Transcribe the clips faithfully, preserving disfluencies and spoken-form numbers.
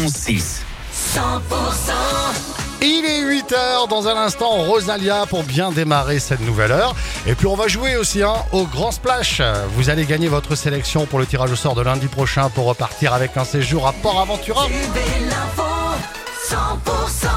onze six. cent pour cent. Il est huit heures, dans un instant, Rosalia pour bien démarrer cette nouvelle heure. Et puis on va jouer aussi hein, au Grand Splash. Vous allez gagner votre sélection pour le tirage au sort de lundi prochain pour repartir avec un séjour à Port Aventura. cent pour cent.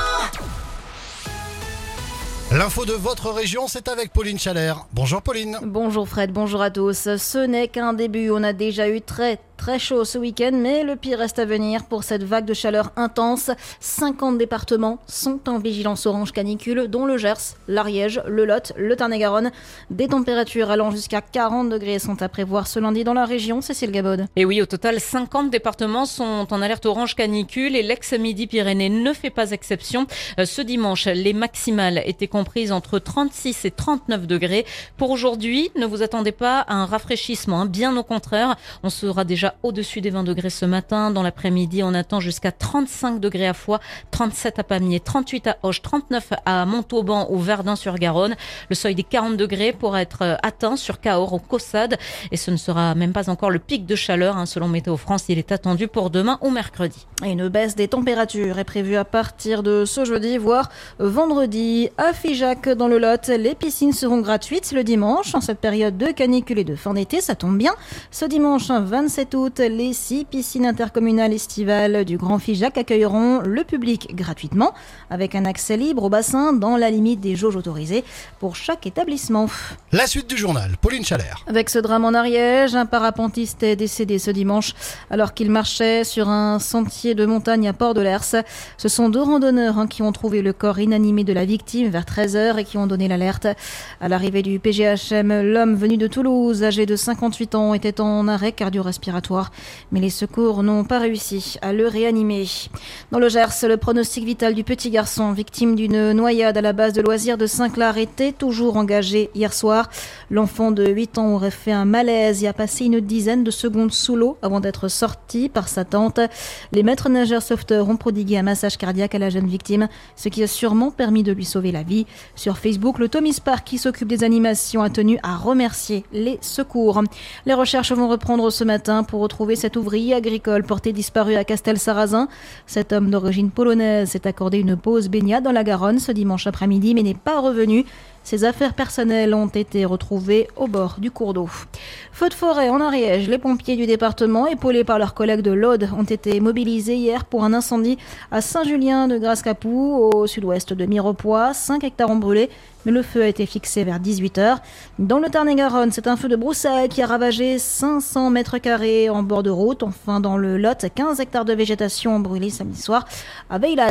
L'info de votre région, c'est avec Pauline Chalère. Bonjour Pauline. Bonjour Fred, bonjour à tous. Ce n'est qu'un début, on a déjà eu très très chaud ce week-end, mais le pire reste à venir pour cette vague de chaleur intense. cinquante départements sont en vigilance orange canicule, dont le Gers, l'Ariège, le Lot, le Tarn-et-Garonne. Des températures allant jusqu'à quarante degrés sont à prévoir ce lundi dans la région. Cécile Gabod. Et oui, au total, cinquante départements sont en alerte orange canicule et l'ex-Midi-Pyrénées ne fait pas exception. Ce dimanche, les maximales étaient comprises entre trente-six et trente-neuf degrés. Pour aujourd'hui, ne vous attendez pas à un rafraîchissement, hein. Bien au contraire, on sera déjà au-dessus des vingt degrés ce matin. Dans l'après-midi, on attend jusqu'à trente-cinq degrés à Foix, trente-sept à Pamiers, trente-huit à Auch, trente-neuf à Montauban ou Verdun-sur-Garonne. Le seuil des quarante degrés pourra être atteint sur Cahors ou Caussade. Et ce ne sera même pas encore le pic de chaleur. Hein. Selon Météo France, il est attendu pour demain ou mercredi. Et une baisse des températures est prévue à partir de ce jeudi, voire vendredi. À Figeac, dans le Lot, les piscines seront gratuites le dimanche. En cette période de canicule et de fin d'été, ça tombe bien. Ce dimanche, vingt-sept août, les six piscines intercommunales estivales du Grand Figeac accueilleront le public gratuitement, avec un accès libre au bassin dans la limite des jauges autorisées pour chaque établissement. La suite du journal, Pauline Chalère. Avec ce drame en Ariège, un parapentiste est décédé ce dimanche alors qu'il marchait sur un sentier de montagne à Port-de-l'Hers. Ce sont deux randonneurs hein, qui ont trouvé le corps inanimé de la victime vers treize heures et qui ont donné l'alerte. À l'arrivée du P G H M, l'homme venu de Toulouse, âgé de cinquante-huit ans, était en arrêt cardio-respiratoire, mais les secours n'ont pas réussi à le réanimer. Dans le Gers, le pronostic vital du petit garçon, victime d'une noyade à la base de loisirs de Saint-Clar, était toujours engagé hier soir. L'enfant de huit ans aurait fait un malaise et a passé une dizaine de secondes sous l'eau avant d'être sorti par sa tante. Les maîtres nageurs sauveteurs ont prodigué un massage cardiaque à la jeune victime, ce qui a sûrement permis de lui sauver la vie. Sur Facebook, le Thomas Park, qui s'occupe des animations, a tenu à remercier les secours. Les recherches vont reprendre ce matin pour retrouver cet ouvrier agricole porté disparu à Castel-Sarrazin. Cet homme d'origine polonaise s'est accordé une pause baignade dans la Garonne ce dimanche après-midi, mais n'est pas revenu. Ses affaires personnelles ont été retrouvées au bord du cours d'eau. Feu de forêt en Ariège, les pompiers du département, épaulés par leurs collègues de l'Aude, ont été mobilisés hier pour un incendie à Saint-Julien de Grasse-Capoue, au sud-ouest de Mirepoix. cinq hectares ont brûlé, mais le feu a été fixé vers dix-huit heures. Dans le Tarn-et-Garonne, c'est un feu de broussailles qui a ravagé cinq cents mètres carrés en bord de route. Enfin, dans le Lot, quinze hectares de végétation ont brûlé samedi soir à Veilats.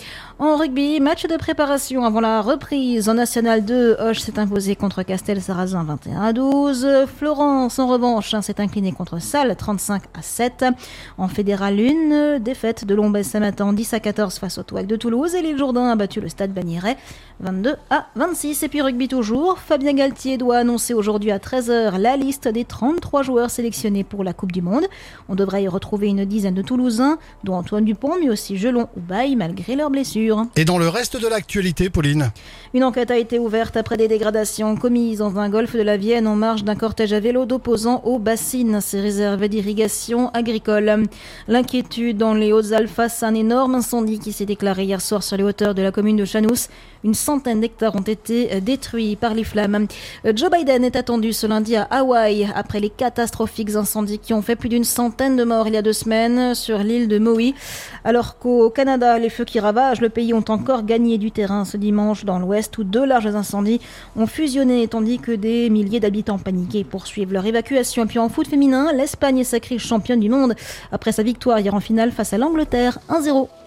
En rugby, match de préparation avant la reprise en National deux. Auch s'est imposé contre Castel-Sarrazin vingt et un à douze. Florence, en revanche, s'est incliné contre Salles trente-cinq à sept. En Fédéral un, défaite de Lombez ce matin dix à quatorze face au T W A C de Toulouse. Et l'Île Jourdain a battu le Stade Bagnérais vingt-deux à vingt-six. Et puis rugby toujours, Fabien Galtier doit annoncer aujourd'hui à treize heures la liste des trente-trois joueurs sélectionnés pour la Coupe du Monde. On devrait y retrouver une dizaine de Toulousains, dont Antoine Dupont, mais aussi Gelon ou Baye, malgré leurs blessures. Et dans le reste de l'actualité, Pauline? Une enquête a été ouverte après des dégradations commises dans un golfe de la Vienne en marge d'un cortège à vélo d'opposants aux bassines, ces réserves d'irrigation agricole. L'inquiétude dans les Hautes-Alpes face à un énorme incendie qui s'est déclaré hier soir sur les hauteurs de la commune de Chanous. Une centaine d'hectares ont été détruits par les flammes. Joe Biden est attendu ce lundi à Hawaï après les catastrophiques incendies qui ont fait plus d'une centaine de morts il y a deux semaines sur l'île de Maui. Alors qu'au Canada, les feux qui ravagent le pays ont encore gagné du terrain ce dimanche dans l'ouest où deux larges incendies ont fusionné tandis que des milliers d'habitants paniqués poursuivent leur évacuation. Et puis en foot féminin, l'Espagne est sacrée championne du monde après sa victoire hier en finale face à l'Angleterre un zéro.